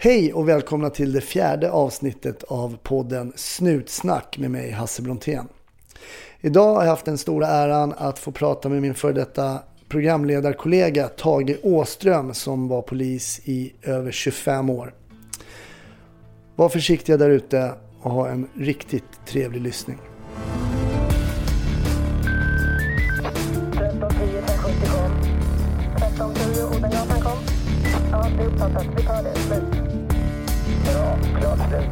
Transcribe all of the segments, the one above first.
Hej och välkomna till det 4:e avsnittet av podden Snutsnack med mig, Hasse Brontén. Idag har jag haft den stora äran att få prata med min före detta programledarkollega Tage Åström som var polis i över 25 år. Var försiktiga där ute och ha en riktigt trevlig lyssning. 1310 kom. 1310 Odengatan kom. Ja, det är uppfattat. Vi tar det. Slut. Bra, klart slut.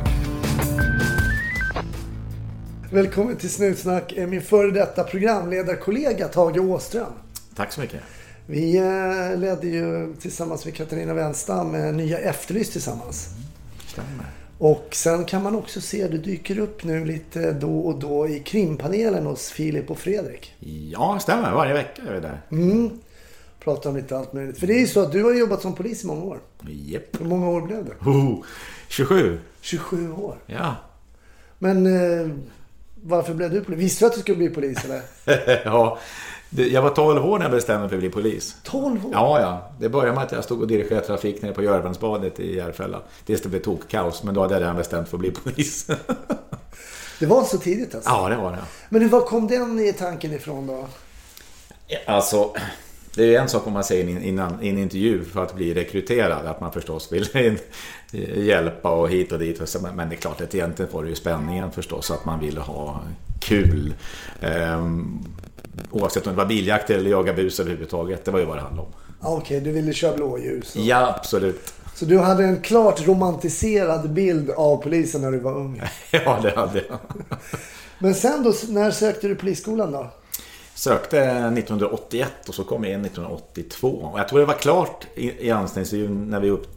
Välkommen till Snutsnack, min före detta programledarkollega Tage Åström. Tack så mycket. Vi ledde ju tillsammans med Katarina Wenstam nya Efterlyst tillsammans. Stämmer. Och sen kan man också se att det dyker upp nu lite då och då i krimpanelen hos Filip och Fredrik. Ja, stämmer. Varje vecka är vi där. Pratar om lite allt möjligt. För det är ju så att du har jobbat som polis i många år. Japp. Hur många år blev det? 27. 27 år. Ja. Men varför blev du polis? Visste du att du skulle bli polis eller? Ja. Jag var 12 år när jag bestämde mig för att bli polis. 12 år? Ja. Det började med att jag stod och dirigerade trafik nere på Görvensbadet i Järfälla. Tills det blev tokkaos, men då hade jag redan bestämt för att bli polis. Det var så tidigt alltså? Ja, det var det. Men var kom den i tanken ifrån då? Alltså, det är ju en sak om man säger i en intervju för att bli rekryterad, att man förstås vill hjälpa och hit och dit. Men det är klart att egentligen får det ju spänningen förstås, att man vill ha kul. Oavsett om det var biljakt eller jaga bus överhuvudtaget, det var ju vad det handlade om. Okej, du ville köra blåljus. Ja, absolut. Så du hade en klart romantiserad bild av polisen när du var ung? Ja, det hade jag. Men sen då, när sökte du polisskolan då? Sökte 1981 och så kom jag in 1982. Och jag tror det var klart i anställningsintervjun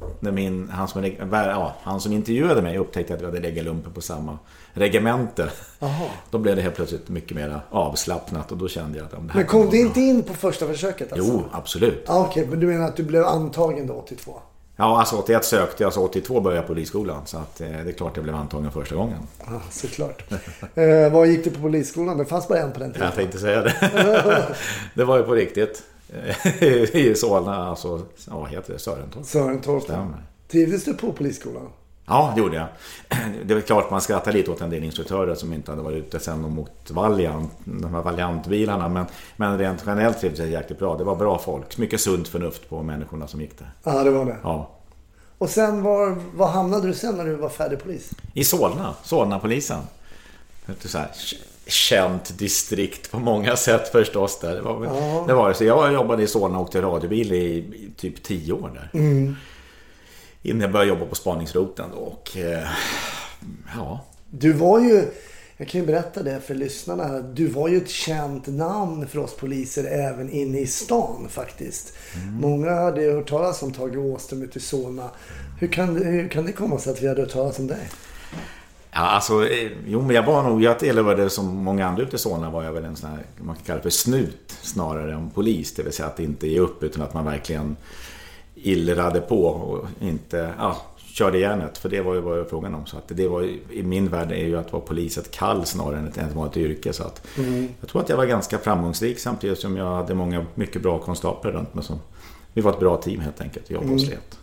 när han som intervjuade mig upptäckte att vi hade regelumpen på samma regemente. Aha. Då blev det helt plötsligt mycket mer avslappnat och då kände jag att det här. Men kom du inte in på första försöket alltså? Jo, absolut. Okej, men du menar att du blev antagen då 82? Ja, alltså 81 sökte jag, så 82 började jag polisskolan. Så att, det är klart jag blev antagen första gången. Ja, såklart. Vad gick du på polisskolan? Det fanns bara en på den tiden. Jag tänkte säga det. Det var ju på riktigt. I Solna, alltså, vad heter det? Sörentorp. Sörentorp. Trivdes du på polisskolan? Ja, det gjorde jag. Det är klart man skrattar lite åt en del instruktörer som inte hade varit ute sen och mot de här Valiant-bilarna. Men rent generellt trivdes jag jäkligt bra. Det var bra folk. Mycket sunt förnuft på människorna som gick där. Ja, det var det. Ja. Och sen var hamnade du sen när du var färdig polis? I Solna-polisen. Så här, känt distrikt på många sätt förstås där. Det var det. Så jag jobbade i Solna och åkte radiobil i typ 10 år där. Innan jag började jobba på spaningsroten då. Och ja. Du var ju, jag kan ju berätta det för lyssnarna här, du var ju ett känt namn för oss poliser även inne i stan faktiskt. Många hade hört talas om Tage Åström ute i Solna. Hur kan det komma sig att vi hade hört talas om dig? Ja, alltså, men jag var nog, eller var det som många andra ute i Solna, var jag väl en sån här, man kan kalla det för snut snarare än polis. Det vill säga att inte ge upp utan att man verkligen illrade på och inte körde järnet, för det var ju vad frågan om. Så att det var i min värld är ju att vara polis ett kall snarare än att vara ett yrke. Så att jag tror att jag var ganska framgångsrik samtidigt som jag hade mycket bra konstaplar runt mig. Vi var ett bra team helt enkelt, jag och slet.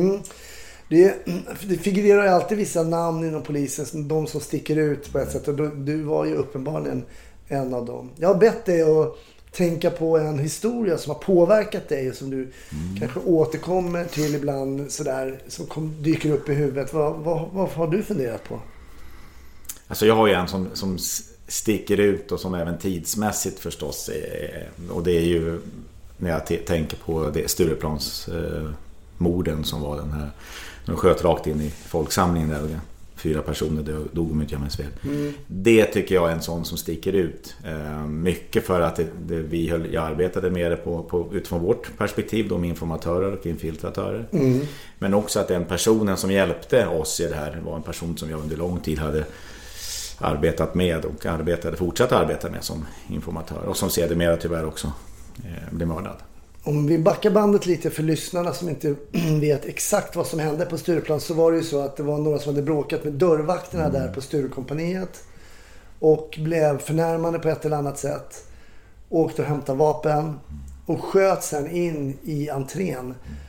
Det figurerar ju alltid vissa namn inom polisen, de som sticker ut på ett sätt, och du var ju uppenbarligen en av dem. Jag har bett dig att tänka på en historia som har påverkat dig och som du kanske återkommer till ibland sådär, som dyker upp i huvudet. Vad har du funderat på? Alltså jag har ju en som sticker ut och som även tidsmässigt förstås och det är ju när jag tänker på det Stureplans morden som var den här, de sköt rakt in i folksamlingen där och 4 personer dog om inte jag minns fel. Det tycker jag är en sån som sticker ut mycket för att jag arbetade med det på utifrån vårt perspektiv då, med informatörer och infiltratörer. Men också att den personen som hjälpte oss i det här var en person som jag under lång tid hade arbetat med och fortsatt arbeta med som informatör och som sedermera tyvärr också blev mördad. Om vi backar bandet lite för lyssnarna som inte vet exakt vad som hände på Stureplan, så var det ju så att det var några som hade bråkat med dörrvakterna där på Sturekompaniet och blev förnärmande på ett eller annat sätt. Åkte och hämtade vapen och sköt sen in i entrén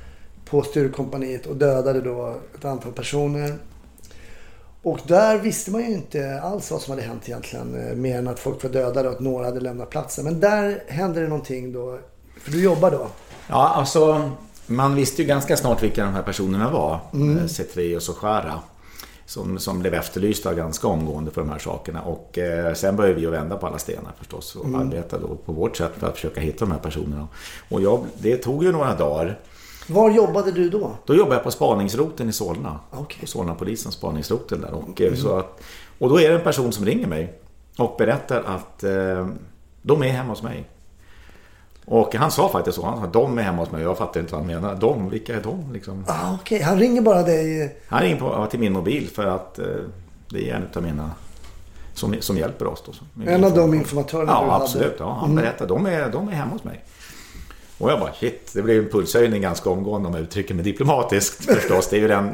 på Sturekompaniet och dödade då ett antal personer. Och där visste man ju inte alls vad som hade hänt egentligen, mer än att folk var dödade och att några hade lämnat platsen. Men där hände det någonting då, för du jobbar då? Ja, alltså man visste ju ganska snart vilka de här personerna var. Cetrius och Schara. Som blev efterlysta ganska omgående för de här sakerna. Och sen började vi att vända på alla stenar förstås. Och arbeta då på vårt sätt för att försöka hitta de här personerna. Och det tog ju några dagar. Var jobbade du då? Då jobbade jag på spaningsroten i Solna. Okay. På Solna-polisens spaningsroten där. Och då är det en person som ringer mig. Och berättar att de är hemma hos mig. Och han sa faktiskt så. Han sa, de är hemma hos mig. Jag fattar inte vad han menar. De, vilka är de? Liksom. Okej. Han ringer bara dig? Han ringer till min mobil för att det är en av mina som hjälper oss. Då, en av de informatörerna du hade? Absolut. Ja, han berättar, de är hemma hos mig. Och jag bara, shit, det blev en pulshöjning ganska omgående om jag uttrycker mig diplomatiskt förstås.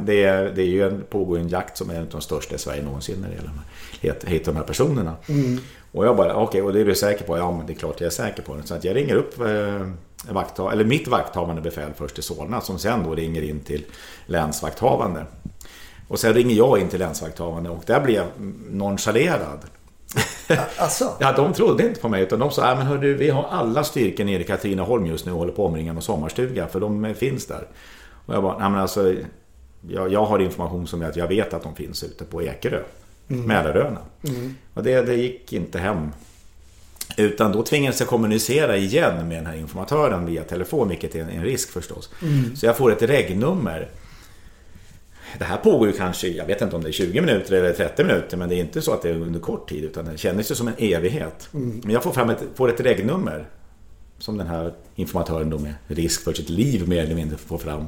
Pågår en jakt som är en av de största i Sverige någonsin när det gäller hitta de här personerna. Och jag bara, okej, och det är du säker på? Ja, men det är klart jag är säker på det. Så att jag ringer upp mitt vakthavande befäl först till Solna, som sen då ringer in till länsvakthavande. Och sen ringer jag in till länsvakthavande och där blir jag nonchalerad. Alltså. Ja, de trodde inte på mig utan de sa, men hörru, vi har alla styrkor nere i Katrineholm just nu och håller på att omringa någon sommarstuga för de finns där. Och jag bara, nej men alltså jag har information som är att jag vet att de finns ute på Ekerö, Mälaröarna. Och det gick inte hem. Utan då tvingades jag kommunicera igen med den här informatören via telefon, vilket är en risk förstås. Så jag får ett regnummer. Det här pågår ju kanske, jag vet inte om det är 20 minuter eller 30 minuter, men det är inte så att det är under kort tid, utan det känns ju som en evighet. Men jag får ett regnummer som den här informatören då med risk för sitt liv mer eller mindre får fram.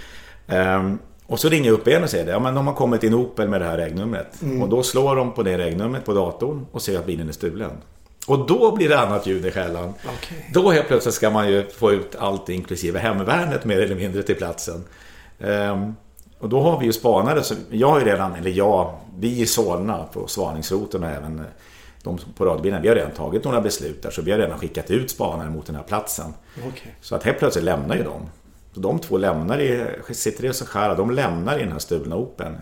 Och så ringer jag upp igen och säger det, ja men de har kommit in Opel med det här regnumret. Och då slår de på det regnumret på datorn och ser att bilen är stulen. Och då blir det annat ljud i skällan. Okay. Då helt plötsligt ska man ju få ut allt inklusive hemvärnet mer eller mindre till platsen. Och då har vi ju spanare, så vi i Solna på Svaningsroten och även de på radbilen, vi har redan tagit några beslut där, så vi har redan skickat ut spanare mot den här platsen. Okay. Så att helt plötsligt lämnar ju de. Så de två lämnar Cetrius och Schara, de lämnar i den här stulna Opeln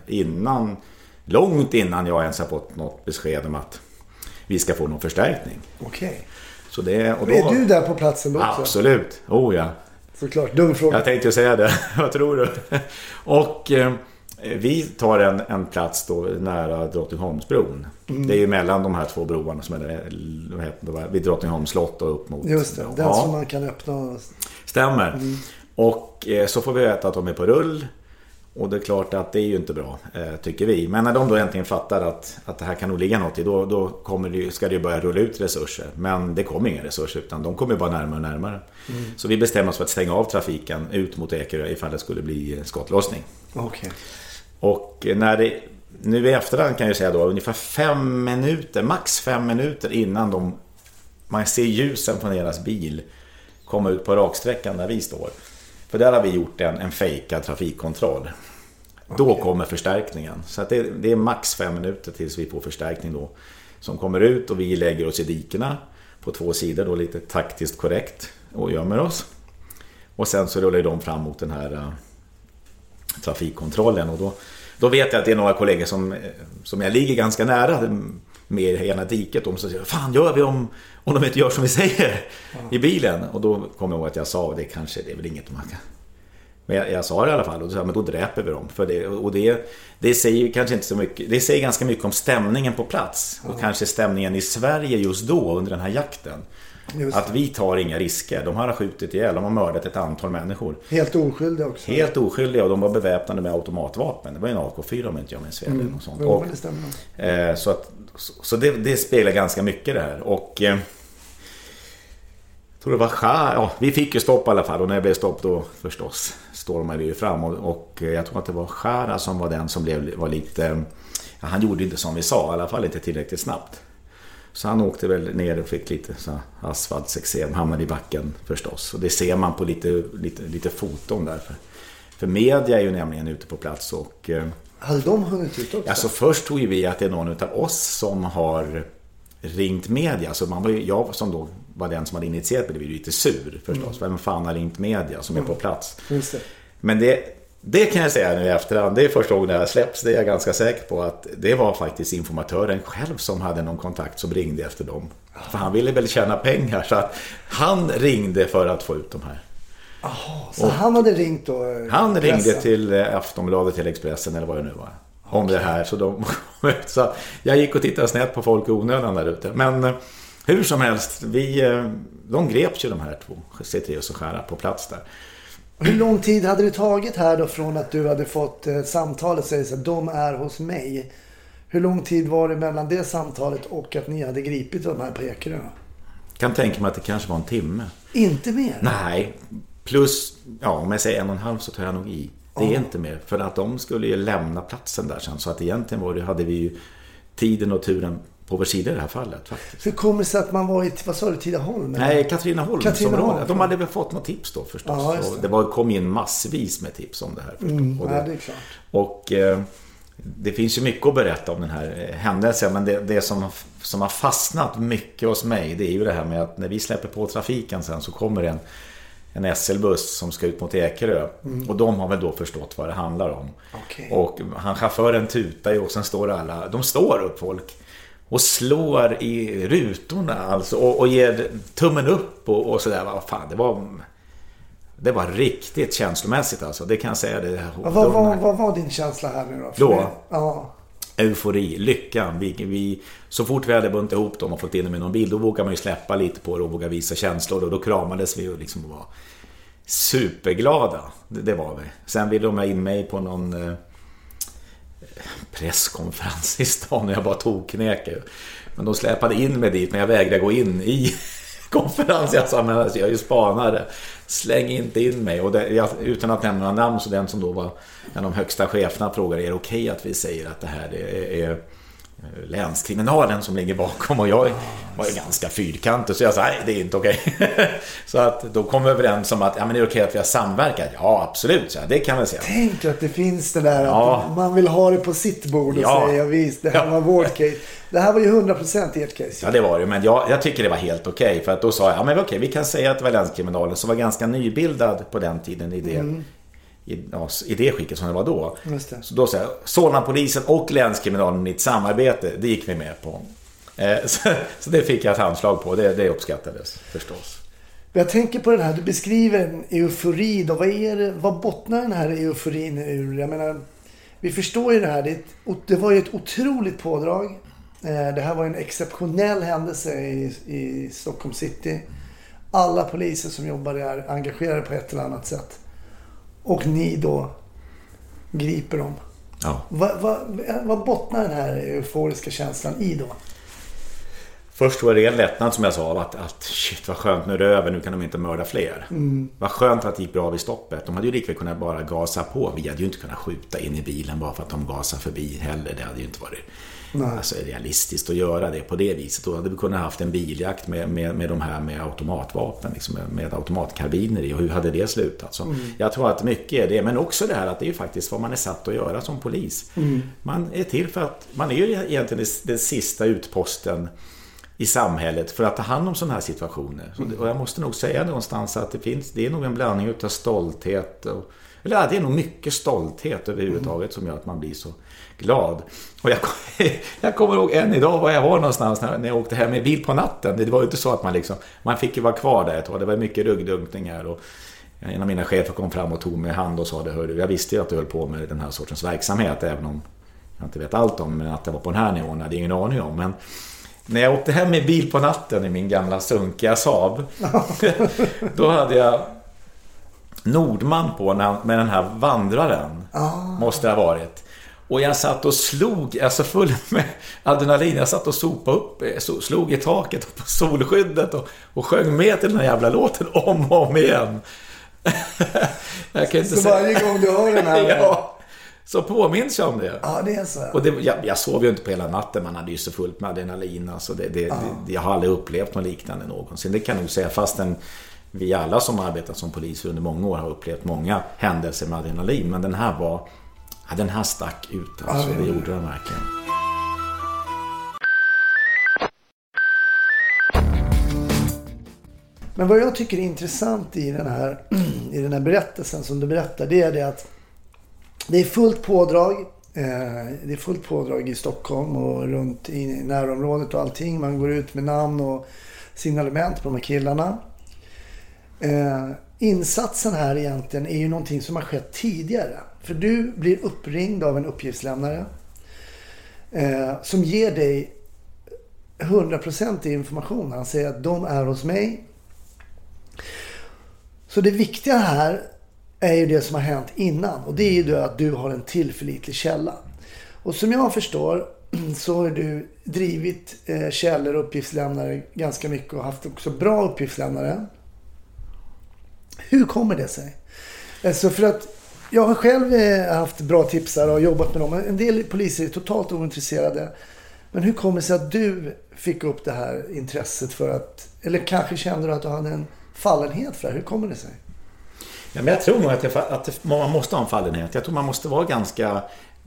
långt innan jag ens har fått något besked om att vi ska få någon förstärkning. Okej. Så är du där på platsen då också? Absolut, ja. Såklart, dum fråga. Jag tänkte ju säga det, vad tror du? Och vi tar en plats då nära Drottningholmsbron. Det är ju mellan de här två broarna som är vid Drottningholms slott och upp mot. Just det, den som man kan öppna. Stämmer. Och så får vi veta att de är på rull. Och det är klart att det är ju inte bra, tycker vi. Men när de då äntligen fattar att det här kan nog ligga något i, då ska det ju börja rulla ut resurser. Men det kommer inga resurser, utan de kommer bara närmare och närmare. Så vi bestämmer oss för att stänga av trafiken ut mot Ekerö ifall det skulle bli skottlossning. Okay. Och nu i efterhand kan jag säga då, ungefär max 5 minuter innan man ser ljusen från deras bil komma ut på raksträckan där vi står. För där har vi gjort en fejkad trafikkontroll. Okay. Då kommer förstärkningen. Så att det är max 5 minuter tills vi får förstärkning då. Som kommer ut och vi lägger oss i dikerna på 2 sidor då, lite taktiskt korrekt, och gömmer oss. Och sen så rullar de fram mot den här trafikkontrollen. Och då vet jag att det är några kollegor som jag ligger ganska nära med i ena diket. De säger, fan gör vi om de inte gör som vi säger i bilen? Och då kommer jag ihåg att jag sa, det är väl inget man kan. Men jag sa det i alla fall, och då sa jag, men då dräper vi dem. För det säger kanske inte så mycket. Det säger ganska mycket om stämningen på plats. Och kanske stämningen i Sverige just då under den här jakten. Att vi tar inga risker. De har skjutit ihjäl, de har mördat ett antal människor. Helt oskyldiga också. Helt oskyldiga, och de var beväpnade med automatvapen. Det var en AK4 om inte jag minns fel. Och sånt. Jo, det stämmer. Så det spelar ganska mycket det här. Och jag tror det var vi fick ju stopp i alla fall. Och när det blev stopp då förstås stormade vi ju fram. Och jag tror att det var Schara som var den som var lite... han gjorde inte som vi sa, i alla fall inte tillräckligt snabbt. Så han åkte väl ner och fick lite asfaltsexem, hamnade i backen förstås. Och det ser man på lite foton där. För media är ju nämligen ute på plats. Och hade de hunnit ut också? Alltså först tog vi att det är någon av oss som har ringt media. Så jag som då var den som hade initierat, blev ju lite sur förstås. Vem fan har ringt media som är på plats? Men det kan jag säga nu i efterhand. Det är första gången jag släpps. Det är jag ganska säker på att det var faktiskt informatören själv som hade någon kontakt som ringde efter dem. För han ville väl tjäna pengar, så att han ringde för att få ut de här. Så han hade ringt då? Han ringde till Aftonbladet, till Expressen eller vad det nu var. Om det här. Så jag gick och tittade snett på folk i onödan där ute. Men hur som helst, de greps ju de här 2 C3 och skära på plats där. Hur lång tid hade det tagit här då från att du hade fått samtalet, säger så att de är hos mig? Hur lång tid var det mellan det samtalet och att ni hade gripit de här på Ekerö? Kan tänka mig att det kanske var en timme. Inte mer? Nej, plus, om jag säger 1,5 så tar jag nog i. Det är inte mer, för att de skulle ju lämna platsen där sen. Så att egentligen hade vi ju tiden och turen på vår sida i det här fallet faktiskt. Hur kommer det sig att man var i, vad sa du, Tidaholm? Nej, Katrineholm. De hade väl fått något tips då förstås. Ja, kom in massvis med tips om det här förstås. Ja, det är klart. Och det finns ju mycket att berätta om den här händelsen, men det som har fastnat mycket hos mig, det är ju det här med att när vi släpper på trafiken sen så kommer en SL-buss som ska ut mot Ekerö. Och de har väl då förstått vad det handlar om. Okay. Och chauffören tutar ju, och sen står de står upp folk och slår i rutorna alltså, och ger tummen upp och sådär. Vad fan, det var riktigt känslomässigt alltså, det kan jag säga. Vad var din känsla här nu då? Ja. Eufori, lyckan. Vi, så fort vi hade buntat ihop dem och fått in dem i någon bil, då vågar man ju släppa lite på det och våga visa känslor, och då kramades vi och liksom var superglada. Det var vi. Sen ville de ha in mig på någon presskonferens i stan och jag bara toknäker. Men de släpade in mig dit, men jag vägrade gå in i konferens. Jag sa, men jag är ju spanare, släng inte in mig. Och utan att nämna några namn, så den som då var en av de högsta cheferna frågade, är det okej att vi säger att det här är länskriminalen som ligger bakom? Och jag var ju ganska fyrkantig, så jag sa, nej, det är inte okej. Så att då kom vi överens om att men det är okej att vi har samverkat. Ja, absolut, så det kan vi säga. Tänk att det finns det där att man vill ha det på sitt bord och säga, visst, det här var vårt case. Det här var ju 100% ert case. Ja, det var det, men jag tycker det var helt okej. För att då sa jag, men okej, vi kan säga att det var länskriminalen som var ganska nybildad på den tiden i det skicket som det var då. Just det. Så då sa jag, Solna-polisen och länskriminalen i ett samarbete, det gick vi med på. Så det fick jag ett handslag på, det uppskattades förstås. Jag tänker på den här, du beskriver en eufori då. Vad bottnar den här euforin ur? Jag menar, vi förstår ju det här, det var ju ett otroligt pådrag. Det här var en exceptionell händelse i Stockholm city. Alla poliser som jobbar där engagerade på ett eller annat sätt. Och ni då griper dem. Ja. Vad bottnar den här euforiska känslan i då? Först var det en lättnad som jag sa, att shit vad skönt, nu är det över, nu kan de inte mörda fler. Vad skönt att det gick bra vid stoppet. De hade ju likväl kunnat bara gasa på. Vi hade ju inte kunnat skjuta in i bilen bara för att de gasar förbi heller. Det hade ju inte varit realistiskt att göra det på det viset. Då hade vi kunnat haft en biljakt med de här med automatvapen, liksom med automatkarbiner i. Och hur hade det slutat? Så jag tror att mycket är det. Men också det här att det är ju faktiskt vad man är satt att göra som polis. Man är till för att man är ju egentligen den sista utposten i samhället för att ta hand om sådana här situationer. Och jag måste nog säga någonstans att det är nog en blandning utav stolthet eller det är nog mycket stolthet överhuvudtaget som gör att man blir så glad. Och jag kommer ihåg än idag var jag var någonstans när jag åkte hem med bil på natten. Det var ju inte så att man fick ju vara kvar där ett tag. Det var mycket ruggdunkningar och en av mina chefer kom fram och tog mig i hand och sa det, hörde, jag visste ju att du höll på med den här sortens verksamhet, även om jag inte vet allt om, men att det var på den här nivån hade jag ingen aning om. Men när jag åkte hem med bil på natten i min gamla sunkiga Saab, då hade jag Nordman på med den här vandraren. Måste det ha varit. Och jag satt och slog, alltså full med adrenalin. Jag satt och sopade upp, slog i taket och på solskyddet och sjöng med till den här jävla låten om och om igen. Jag kan inte så varje gång du hör den här... Ja. Så påminns jag om det. Ja, det är så. Och jag sov ju inte på hela natten. Man hade ju så fullt med adrenalin. Alltså jag har aldrig upplevt något liknande någonsin. Det kan jag nog säga. Fastän vi alla som har arbetat som poliser under många år har upplevt många händelser med adrenalin. Men den här stack ut. Alltså, det gjorde den verkligen. Men vad jag tycker är intressant i den här berättelsen som du berättar, det är det att det är fullt pådrag. Det är fullt pådrag i Stockholm och runt i närområdet och allting. Man går ut med namn och signalement på de här killarna. Insatsen här egentligen är ju någonting som har skett tidigare. För du blir uppringd av en uppgiftslämnare som ger dig 100% information. Han säger att de är hos mig. Så det viktiga här är ju det som har hänt innan. Och det är ju att du har en tillförlitlig källa. Och som jag förstår så har du drivit källor och uppgiftslämnare ganska mycket och haft också bra uppgiftslämnare. Hur kommer det sig? Alltså för att jag har själv haft bra tipsare och jobbat med dem. En del poliser är totalt ointresserade. Men hur kommer det sig att du fick upp det här intresset för att... Eller kanske kände du att du hade en fallenhet för det? Hur kommer det sig? Ja, men jag tror nog att man måste ha en fallenhet. Jag tror man måste vara ganska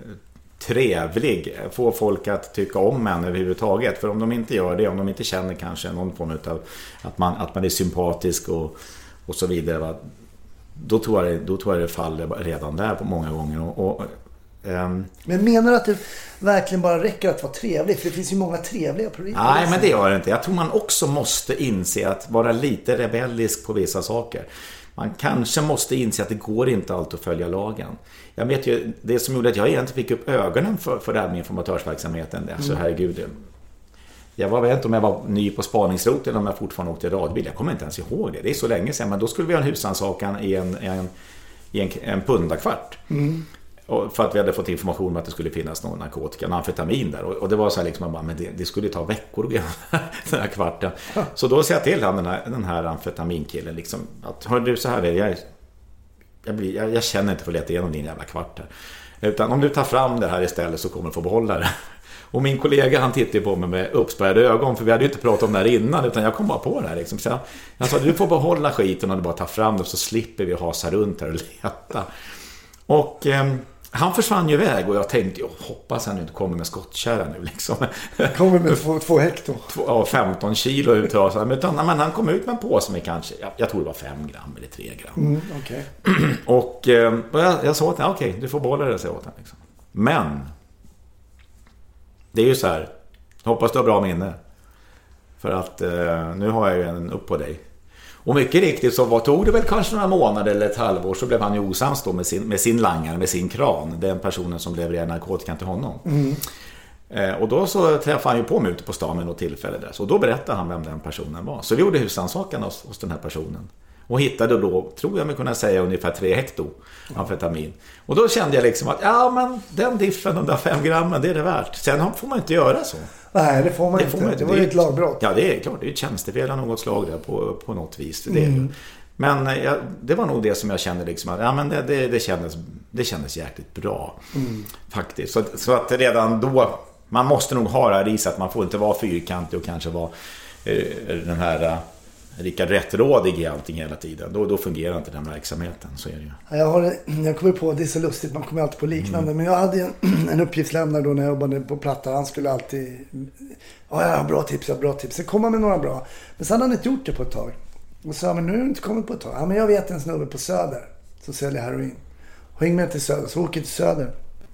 trevlig. Få folk att tycka om en överhuvudtaget. För om de inte gör det, om de inte känner kanske någon form av att man är sympatisk och så vidare, va? Då tror jag det faller redan där på många gånger. Men menar du att det verkligen bara räcker att vara trevlig? För det finns ju många trevliga poliser. Nej, men det gör det inte. Jag tror man också måste inse att vara lite rebellisk på vissa saker. Man kanske måste inse att det går inte alltid att följa lagen. Jag vet ju, det som gjorde att jag egentligen fick upp ögonen för det här med informatörsverksamheten. Alltså herregud, jag vet inte om jag var ny på spaningsroten eller om jag fortfarande åkte radbil. Jag kommer inte ens ihåg det. Det är så länge sedan. Men då skulle vi ha en husrannsakan i en pundakvart. För att vi hade fått information om att det skulle finnas någon narkotika, någon amfetamin där. Och det var så här liksom, men det skulle ta veckor att göra den här kvarten. Så då säger jag till han, den här amfetaminkillen liksom, att hör du, så här är jag känner inte för att leta igenom din jävla kvart här. Utan om du tar fram det här istället så kommer du få behålla det. Och min kollega, han tittade på mig med uppspärrade ögon, för vi hade ju inte pratat om det här innan, utan jag kom bara på det här liksom. Så jag sa, du får behålla skiten och du bara tar fram det, så slipper vi hasa runt här och leta. Och han försvann ju iväg och jag tänkte, jag hoppas han inte kommer med skottkärra nu liksom. Kommer med 2 hektar. 15 kilo ut. Men han kom ut med en påse med kanske, jag tror det var 5 gram eller 3 gram. Okay. Och jag sa att okej, du får behålla det, så åt han liksom. Men det är ju så här, hoppas du har bra minne. För att nu har jag ju en upp på dig. Och mycket riktigt så tog det väl kanske några månader eller ett halvår, så blev han ju osams då med sin langare, med sin kran. Den personen som levererade narkotikan till honom. Och då så träffade han ju på mig ute på stan med något tillfälle där. Så då berättade han vem den personen var. Så vi gjorde husrannsakan hos den här personen. Och hittade då, tror jag mig kunna säga, ungefär 3 hekto amfetamin. Och då kände jag liksom att men den diffen, de där 5 grammen, det är det värt. Sen får man inte göra så. Nej, det får man inte. Det var ju ett lagbrott. Ja, det är klart. Det är ett tjänstefel av något slag där på något vis. Det är det. Men det var nog det som jag kände liksom att det kändes jäkligt bra. Faktiskt. Så att redan då, man måste nog ha det här i sig, att man får inte vara fyrkantig och kanske vara den här Rickard rättrådig i allting hela tiden. Då fungerar inte den verksamheten, så är det ju. Jag kommer på, det är så lustigt, man kommer alltid på liknande. Men jag hade en uppgiftslämnare då när jag jobbade på Platta. Han skulle alltid, jag har bra tips. Så kom han med några bra. Men sen hade han inte gjort det på ett tag. Och sa, men nu har du inte kommit på ett tag. Ja, men jag vet en snubbe på Söder som säljer heroin. Häng med till Söder, så åker till Söder.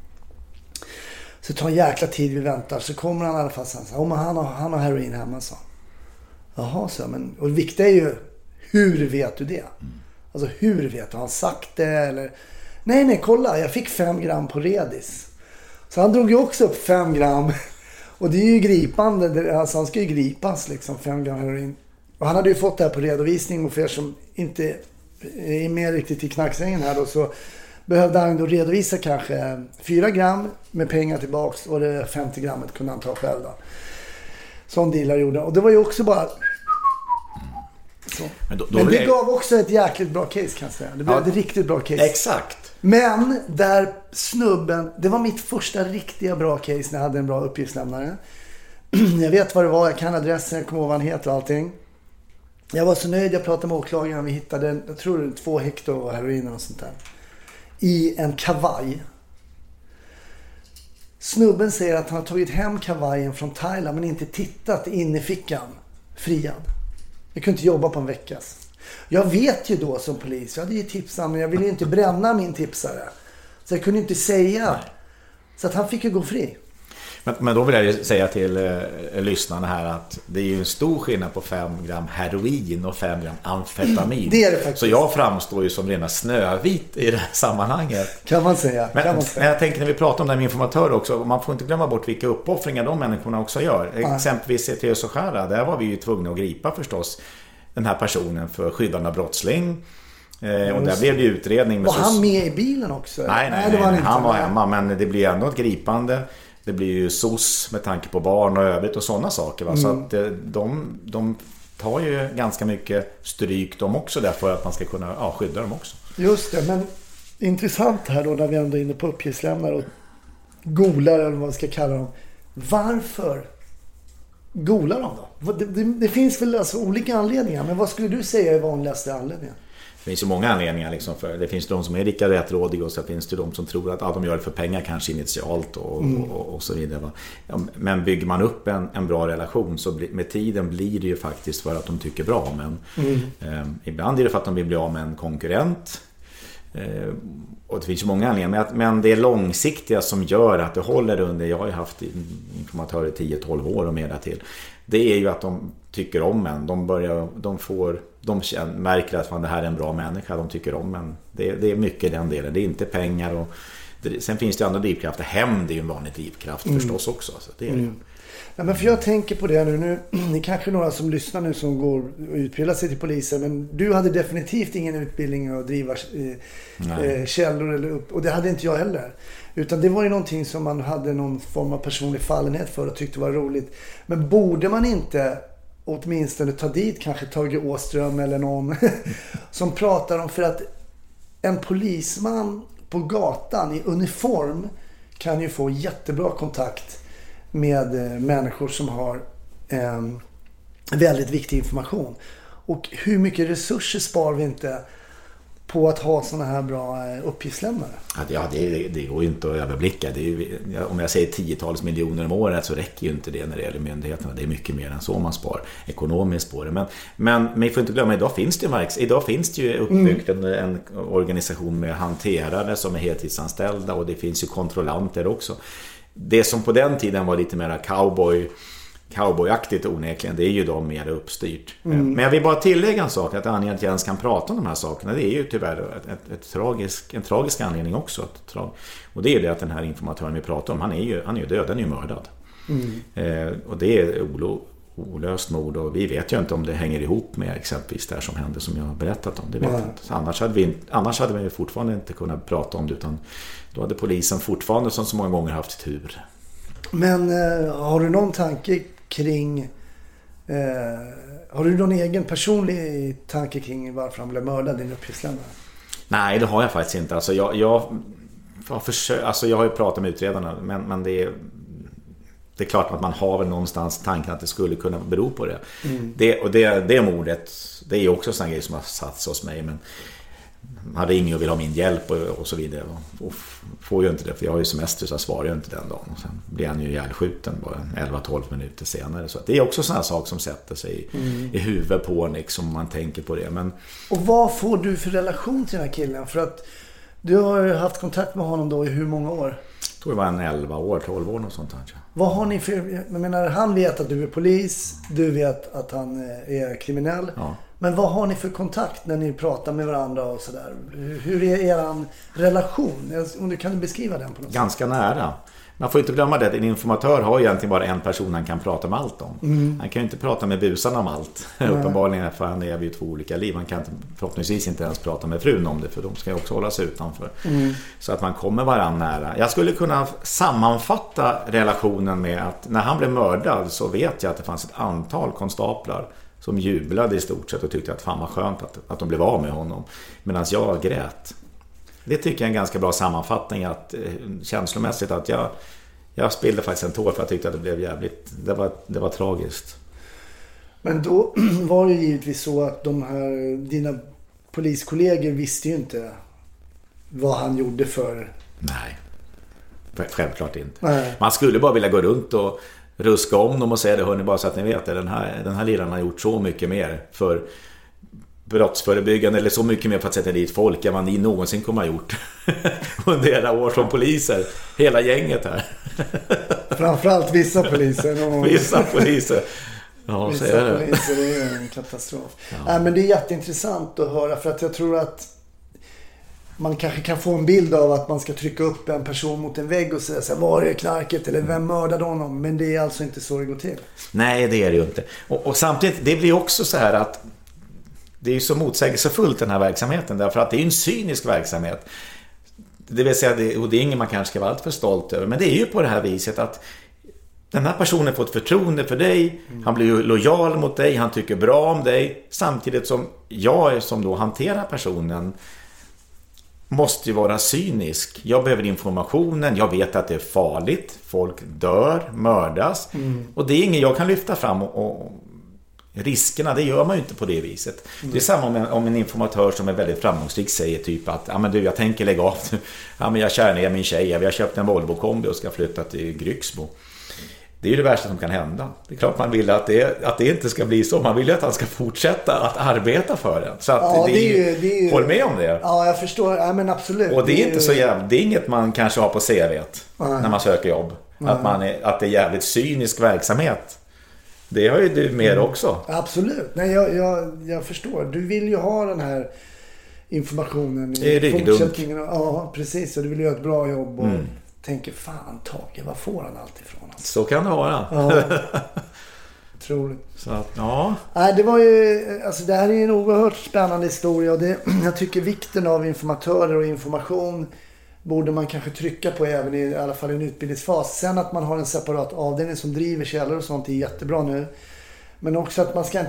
Så tar en jäkla tid vi väntar. Så kommer han i alla fall sen. Han har heroin hemma, så. Jaha, så, men, och det viktiga är ju, hur vet du det? Alltså hur vet du? Har han sagt det? Eller? Nej, kolla, jag fick 5 gram på Redis. Så han drog ju också upp 5 gram. Och det är ju gripande, alltså han ska ju gripas liksom, 5 gram heroin. Och han hade ju fått det här på redovisning, och för er som inte är med riktigt i knacksängen här då, så behövde han då redovisa kanske 4 gram med pengar tillbaks, och det 50 grammet kunde han ta själv då. Sån dealar gjorde. Och det var ju också bara... Så. Men det gav också ett jäkligt bra case, kan jag säga. Det blev ett riktigt bra case. Exakt. Men där snubben... Det var mitt första riktiga bra case när jag hade en bra uppgiftslämnare. Jag vet vad det var. Jag kan adressen. Jag kommer ihåg vad han heter och allting. Jag var så nöjd. Jag pratade med åklagaren. Vi hittade, jag tror 2 hektar heroin och sånt där. I en kavaj. Snubben säger att han har tagit hem kavajen från Thailand men inte tittat in i fickan. Friad. Jag kunde inte jobba på en vecka. Jag vet ju då som polis, jag hade ju tipsat, men jag ville ju inte bränna min tipsare. Så jag kunde inte säga. Nej. Så att han fick ju gå fri. Men då vill jag ju säga till lyssnarna här att det är ju en stor skillnad på 5 gram heroin och 5 gram amfetamin. Det är det faktiskt. Så jag framstår ju som rena Snövit i det här sammanhanget. Kan man säga. Men jag tänker när vi pratar om det här med informatörer också, man får inte glömma bort vilka uppoffringar de människorna också gör. Exempelvis i Teos och Skära, där var vi ju tvungna att gripa förstås den här personen för skyddande av brottsling. Och där blev det utredning. Var han med i bilen också? Nej, han var hemma, men det blir ändå ett gripande. Det blir ju SOS med tanke på barn och övrigt och sådana saker. Va? Så att de tar ju ganska mycket stryk de också därför att man ska kunna skydda dem också. Just det, men intressant här då när vi ändå är inne på uppgiftslämnare och golar eller vad man ska kalla dem. Varför golar de då? Det finns väl alltså olika anledningar, men vad skulle du säga är vanligaste anledningen? Det finns ju många anledningar liksom för det finns de som är lika rättrådiga och så finns det de som tror att de gör det för pengar kanske initialt och så vidare. Va? Men bygger man upp en bra relation så med tiden blir det ju faktiskt för att de tycker bra, men ibland är det för att de vill bli av med en konkurrent. Och det finns ju många anledningar, men det är långsiktiga som gör att det håller under. Jag har ju haft informatörer 10-12 år och mer till. Det är ju att de tycker om en. De märker att det här är en bra människa. De tycker om en. Det är mycket den delen. Det är inte pengar. Och sen finns det andra drivkrafter. Hämnd är ju en vanlig drivkraft förstås också. Så det är det. Ja, men för jag tänker på det nu. Ni kanske några som lyssnar nu som går och utbildar sig till poliser. Men du hade definitivt ingen utbildning att driva källor eller upp. Och det hade inte jag heller. Utan det var ju någonting som man hade någon form av personlig fallenhet för och tyckte var roligt. Men borde man inte åtminstone ta dit kanske Tage Åström eller någon som pratar om, för att en polisman på gatan i uniform kan ju få jättebra kontakt med människor som har väldigt viktig information. Och hur mycket resurser sparar vi inte på att ha såna här bra uppgiftslämnare? Ja, det går ju inte att överblicka. Det är ju, om jag säger 10-tals miljoner om året så räcker ju inte det när det gäller myndigheterna. Det är mycket mer än så man spar ekonomiskt på det. Men vi får inte glömma, idag finns det ju uppbyggt en organisation med hanterare som är heltidsanställda, och det finns ju kontrollanter också. Det som på den tiden var lite mer cowboyaktigt onekligen, det är ju då mer uppstyrt. Men jag vill bara tillägga en sak, att anledningen att Jens kan prata om de här sakerna, det är ju tyvärr en tragisk anledning också. Och det är det att den här informatören vi pratar om, han är ju död, han är ju mördad. Och det är olöst mord, och vi vet ju inte om det hänger ihop med exempelvis det här som hände som jag har berättat om. Det vet jag inte. Annars hade vi fortfarande inte kunnat prata om det, utan då hade polisen fortfarande som så många gånger haft tur. Men har du någon tanke kring har du någon egen personlig tanke kring varför han blev mördad, din uppgiftslämnare? Nej, det har jag faktiskt inte. Alltså jag har ju pratat med utredarna, men det är klart att man har väl någonstans tanken att det skulle kunna bero på det. Det mordet, det är ju också sån grej som har satts hos mig, men han ringer och vill ha min hjälp och så vidare, och får ju inte det, för jag har ju semester, så jag svarar ju inte den dagen, och sen blir han ju ihjälskjuten bara 11-12 minuter senare. Så att det är också sån här sak som sätter sig i huvudet på en, liksom, man tänker på det. Men... Och vad får du för relation till den här killen? För att du har haft kontakt med honom då i hur många år? Jag tror det var en 11 år, 12 år och sånt här. Vad har ni för... Jag menar, han vet att du är polis, du vet att han är kriminell. Ja. Men vad har ni för kontakt när ni pratar med varandra och sådär? Hur är er relation? Om du kan beskriva den på något Ganska sätt. Nära. Man får inte glömma det. En informatör har egentligen bara en person han kan prata med allt om. Han kan ju inte prata med busarna om allt. Uppenbarligen, för han lever ju 2 olika liv. Han kan förhoppningsvis inte ens prata med frun om det, för de ska ju också hålla sig utanför. Så att man kommer varandra nära. Jag skulle kunna sammanfatta relationen med att när han blev mördad så vet jag att det fanns ett antal konstaplar som jublade i stort sett och tyckte att fan var skönt att de blev av med honom, medan jag grät. Det tycker jag är en ganska bra sammanfattning, att känslomässigt att jag spillde faktiskt en tår, för jag tyckte att det blev jävligt, det var tragiskt. Men då var det givetvis så att dina poliskollegor visste ju inte vad han gjorde för... Nej, självklart inte. Nej. Man skulle bara vilja gå runt och ruska om dem och säga det, hörni, bara så att ni vet det. Den här liraren har gjort så mycket mer för brottsförebyggande eller så mycket mer för att sätta dit folk än vad ni någonsin kommer ha gjort under era år som poliser. Hela gänget här. Framförallt vissa poliser. Vissa poliser. Ja, vissa poliser, det är en katastrof. Ja. Men det är jätteintressant att höra, för att jag tror att man kanske kan få en bild av att man ska trycka upp en person mot en vägg och säga så här, var är knarket eller vem mördade honom? Men det är alltså inte så det går till. Nej, det är det ju inte. Och samtidigt, det blir också så här att det är ju så motsägelsefullt den här verksamheten, därför att det är en cynisk verksamhet. Det vill säga, och det är ingen man kanske ska vara allt för stolt över, men det är ju på det här viset att den här personen får ett förtroende för dig, han blir ju lojal mot dig, han tycker bra om dig, samtidigt som jag som då hanterar personen måste ju vara cynisk. Jag behöver informationen, jag vet att det är farligt, folk dör, mördas, och det är inget jag kan lyfta fram och riskerna, det gör man ju inte på det viset. Det är samma om en informatör som är väldigt framgångsrik säger typ att, ja men du, jag tänker lägga av, ja men jag kär ner min tjej, vi har köpt en Volvo-kombi och ska flytta till Grycksbo. Det är ju det värsta som kan hända. Det är klart man vill att det inte ska bli så. Man vill ju att han ska fortsätta att arbeta för det. Så att ja, det är håll med om det. Ja, jag förstår. Ja, men absolut. Och det är inte så jävligt. Det är inget man kanske har på CV:t när man söker jobb. Att det är jävligt cynisk verksamhet. Det har ju du med också. Absolut. Nej, jag förstår. Du vill ju ha den här informationen i fortsättningen. Ja, precis. Och du vill göra ett bra jobb och tänker, fan Tage, vad får han allt ifrån? Så kan det vara. Ja. Otroligt. Så att, ja. Nej, det var ju, alltså det här är en oerhört spännande historia, och jag tycker vikten av informatörer och information borde man kanske trycka på även i alla fall i en utbildningsfas. Sen att man har en separat avdelning som driver källor och sånt är jättebra nu. Men också att man ska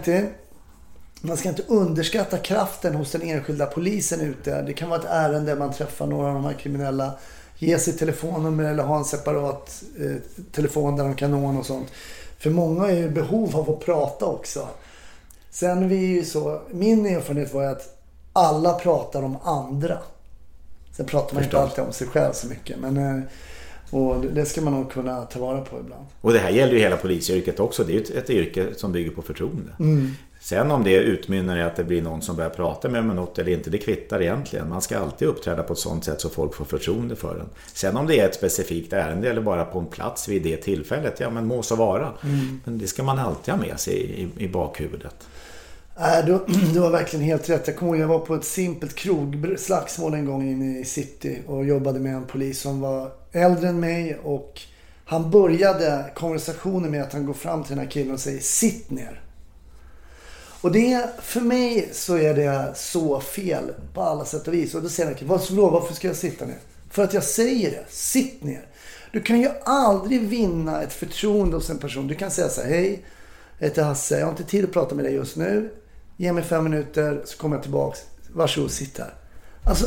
inte underskatta kraften hos den enskilda polisen ute. Det kan vara ett ärende där man träffar några av de här kriminella, ge sitt telefonnummer eller ha en separat telefon där de kan nå och sånt. För många är ju behov av att prata också. Sen vi ju så, min erfarenhet var att alla pratar om andra. Sen pratar man inte alltid om sig själv så mycket, men och det ska man nog kunna ta vara på ibland. Och det här gäller ju hela polisyrket också. Det är ju ett yrke som bygger på förtroende. Sen om det utmynnar i att det blir någon som börjar prata med något eller inte, det kvittar egentligen. Man ska alltid uppträda på ett sånt sätt så folk får förtroende för den. Sen om det är ett specifikt ärende eller bara på en plats vid det tillfället, ja men må så vara. Men det ska man alltid ha med sig i bakhuvudet. Du har verkligen helt rätt. Jag kommer ihåg, jag var på ett simpelt krogslagsmål en gång inne i city och jobbade med en polis som var äldre än mig, och han började konversationen med att han går fram till den här killen och säger sitt ner. Och det, för mig så är det så fel på alla sätt och vis. Och då säger han, varför ska jag sitta ner? För att jag säger det, sitt ner. Du kan ju aldrig vinna ett förtroende hos en person. Du kan säga så här, hej, jag heter Hasse, jag har inte tid att prata med dig just nu. Ge mig 5 minuter så kommer jag tillbaka. Varsågod, sitt här. Alltså,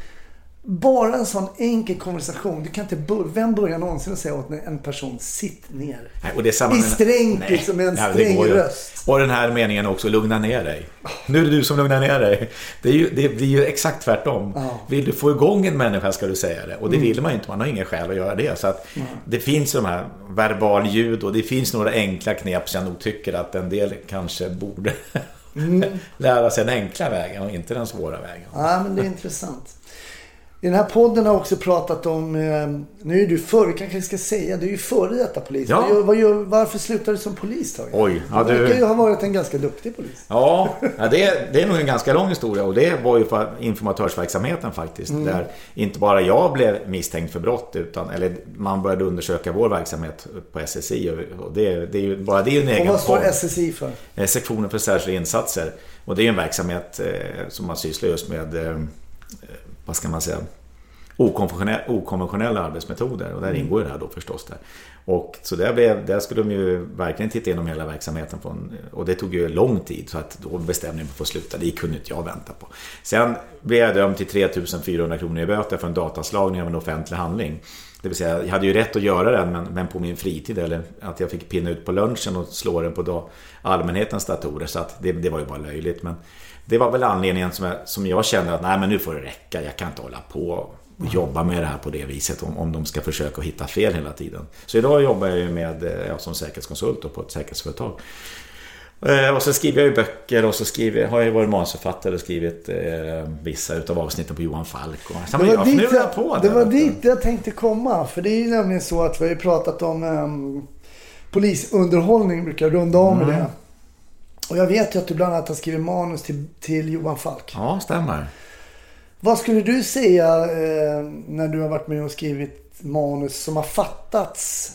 bara en sån enkel konversation. Du kan inte vem börjar någonsin att säga åt en person, sitt ner. Nej, och det är samma i strängt, liksom med en sträng röst. Och den här meningen också, lugna ner dig. Nu är det du som lugnar ner dig. Det blir ju exakt tvärtom. Vill du få igång en människa ska du säga det. Och det vill man ju inte, man har ingen skäl att göra det. Så att det finns de här verballjud och det finns några enkla knep som jag nog tycker att en del kanske borde lära sig den enkla vägen och inte den svåra vägen. Ja, men det är intressant. I den här podden har också pratat om, nu är du vi kanske ska säga, du är ju före detta polis. Ja. Varför slutade du som polis, Tage? Oj, ja, du verkar ju ha varit en ganska duktig polis. Ja, det är nog en ganska lång historia, och det var ju för informatörsverksamheten faktiskt. Där inte bara jag blev misstänkt för brott, eller man började undersöka vår verksamhet på SSI. Och det är ju bara det är en egen. Och vad står SSI för? Sektionen för särskilda insatser. Och det är en verksamhet som man sysslar just med vad ska man säga, okonventionella arbetsmetoder, och där ingår det här då förstås där. Och så där skulle de ju verkligen titta igenom hela verksamheten och det tog ju lång tid, så att då bestämde jag mig för att sluta. Det kunde inte jag vänta på. Sen blev jag dömd till 3 400 kronor i böter för en dataslagning av en offentlig handling. Det vill säga, jag hade ju rätt att göra den, men på min fritid, eller att jag fick pinna ut på lunchen och slå den på allmänhetens datorer, så att det var ju bara löjligt. Men det var väl anledningen som jag kände att nej, men nu får det räcka, jag kan inte hålla på och jobba med det här på det viset om de ska försöka hitta fel hela tiden. Så idag jobbar jag ju med som säkerhetskonsult på ett säkerhetsföretag. Och så skriver jag ju böcker och så har jag varit manusförfattare och skrivit vissa utav avsnitten på Johan Falk. Och det var dit jag tänkte komma, för det är ju nämligen så att vi har ju pratat om polisunderhållning, brukar runda om med det. Och jag vet ju att du bland annat har skrivit manus till Johan Falk. Ja, stämmer. Vad skulle du säga när du har varit med och skrivit manus som har fattats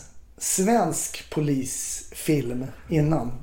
svensk polisfilm innan?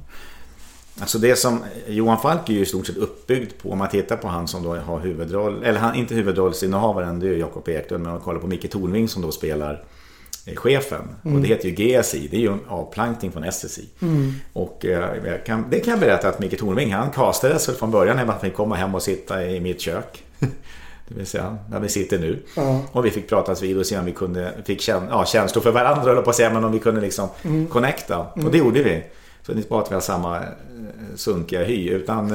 Alltså det som Johan Falk är ju i stort sett uppbyggd på, om man tittar på han som då har huvudroll, eller han inte huvudrollsinnehavaren, det är Jakob Eklund, men om man kollar på Micke Tornving som då spelar chefen, och det heter ju GSI, det är ju en avplankning från SSI. Och det kan jag berätta att Micke Tornving, han castades från början när man fick komma hem och sitta i mitt kök. Det vill säga, där vi sitter nu. Och vi fick pratas vid och se om vi fick känslor för varandra, eller på att säga, men om vi kunde liksom connecta. Och det gjorde vi. Så det är inte bara att vi har samma sunkiga hy, utan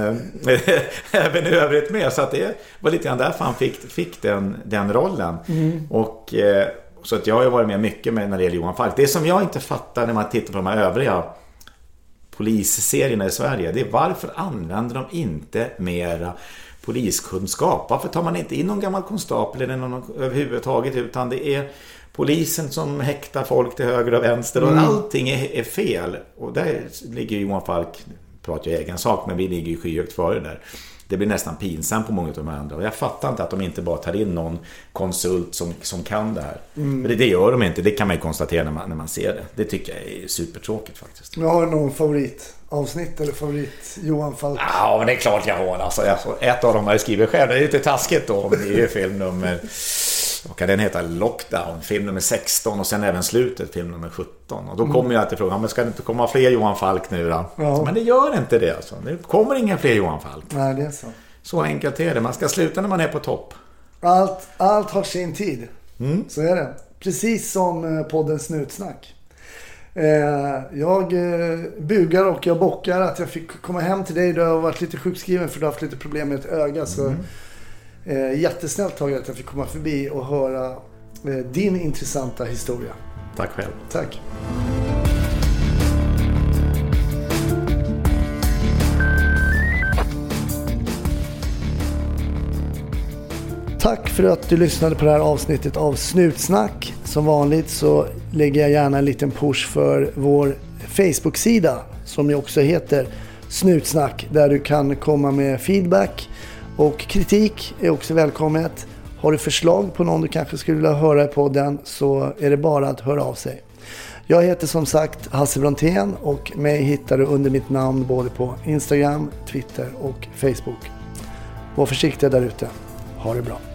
även i övrigt med. Så att det var lite grann därför han fick den rollen. Och så att jag har ju varit med mycket när det gäller Johan Falk. Det som jag inte fattar när man tittar på de här övriga polisserierna i Sverige, det är varför använder de inte mera poliskunskap? Varför tar man inte in någon gammal konstapel eller någon överhuvudtaget, utan det är polisen som häktar folk till höger och vänster och allting är fel. Och där ligger Johan Falk, pratar jag egen sak, men vi ligger ju skyhögt före där. Det blir nästan pinsamt på många av de andra. Och jag fattar inte att de inte bara tar in någon konsult som kan det här. Men det gör de inte, det kan man ju konstatera när man ser det. Det tycker jag är supertråkigt faktiskt. Jag har någon favoritavsnitt eller favorit Johan Falk? Ja, men det är klart jag har. Alltså, ett av dem har jag skrivit själv. Det är lite taskigt då. Det är ju filmnummer... Och den heter Lockdown, film nummer 16, och sen även slutet, film nummer 17. Och då kommer jag till frågan, men ska det inte komma fler Johan Falk nu då? Ja. Men det gör inte det alltså. Det kommer inga fler Johan Falk. Nej, det är så. Så enkelt är det. Man ska sluta när man är på topp. Allt har sin tid. Så är det. Precis som podden Snutsnack. Jag bugar och jag bockar att jag fick komma hem till dig. Du har varit lite sjukskriven för du har haft lite problem med ett öga. Så jättesnällt taget att jag fick komma förbi och höra din intressanta historia. Tack själv. Tack. Tack för att du lyssnade på det här avsnittet av Snutsnack. Som vanligt så lägger jag gärna en liten push för vår Facebook-sida som ju också heter Snutsnack, där du kan komma med feedback och kritik är också välkommet. Har du förslag på någon du kanske skulle vilja höra i podden, så är det bara att höra av sig. Jag heter som sagt Hasse Brontén och mig hittar du under mitt namn både på Instagram, Twitter och Facebook. Var försiktiga där ute. Ha det bra.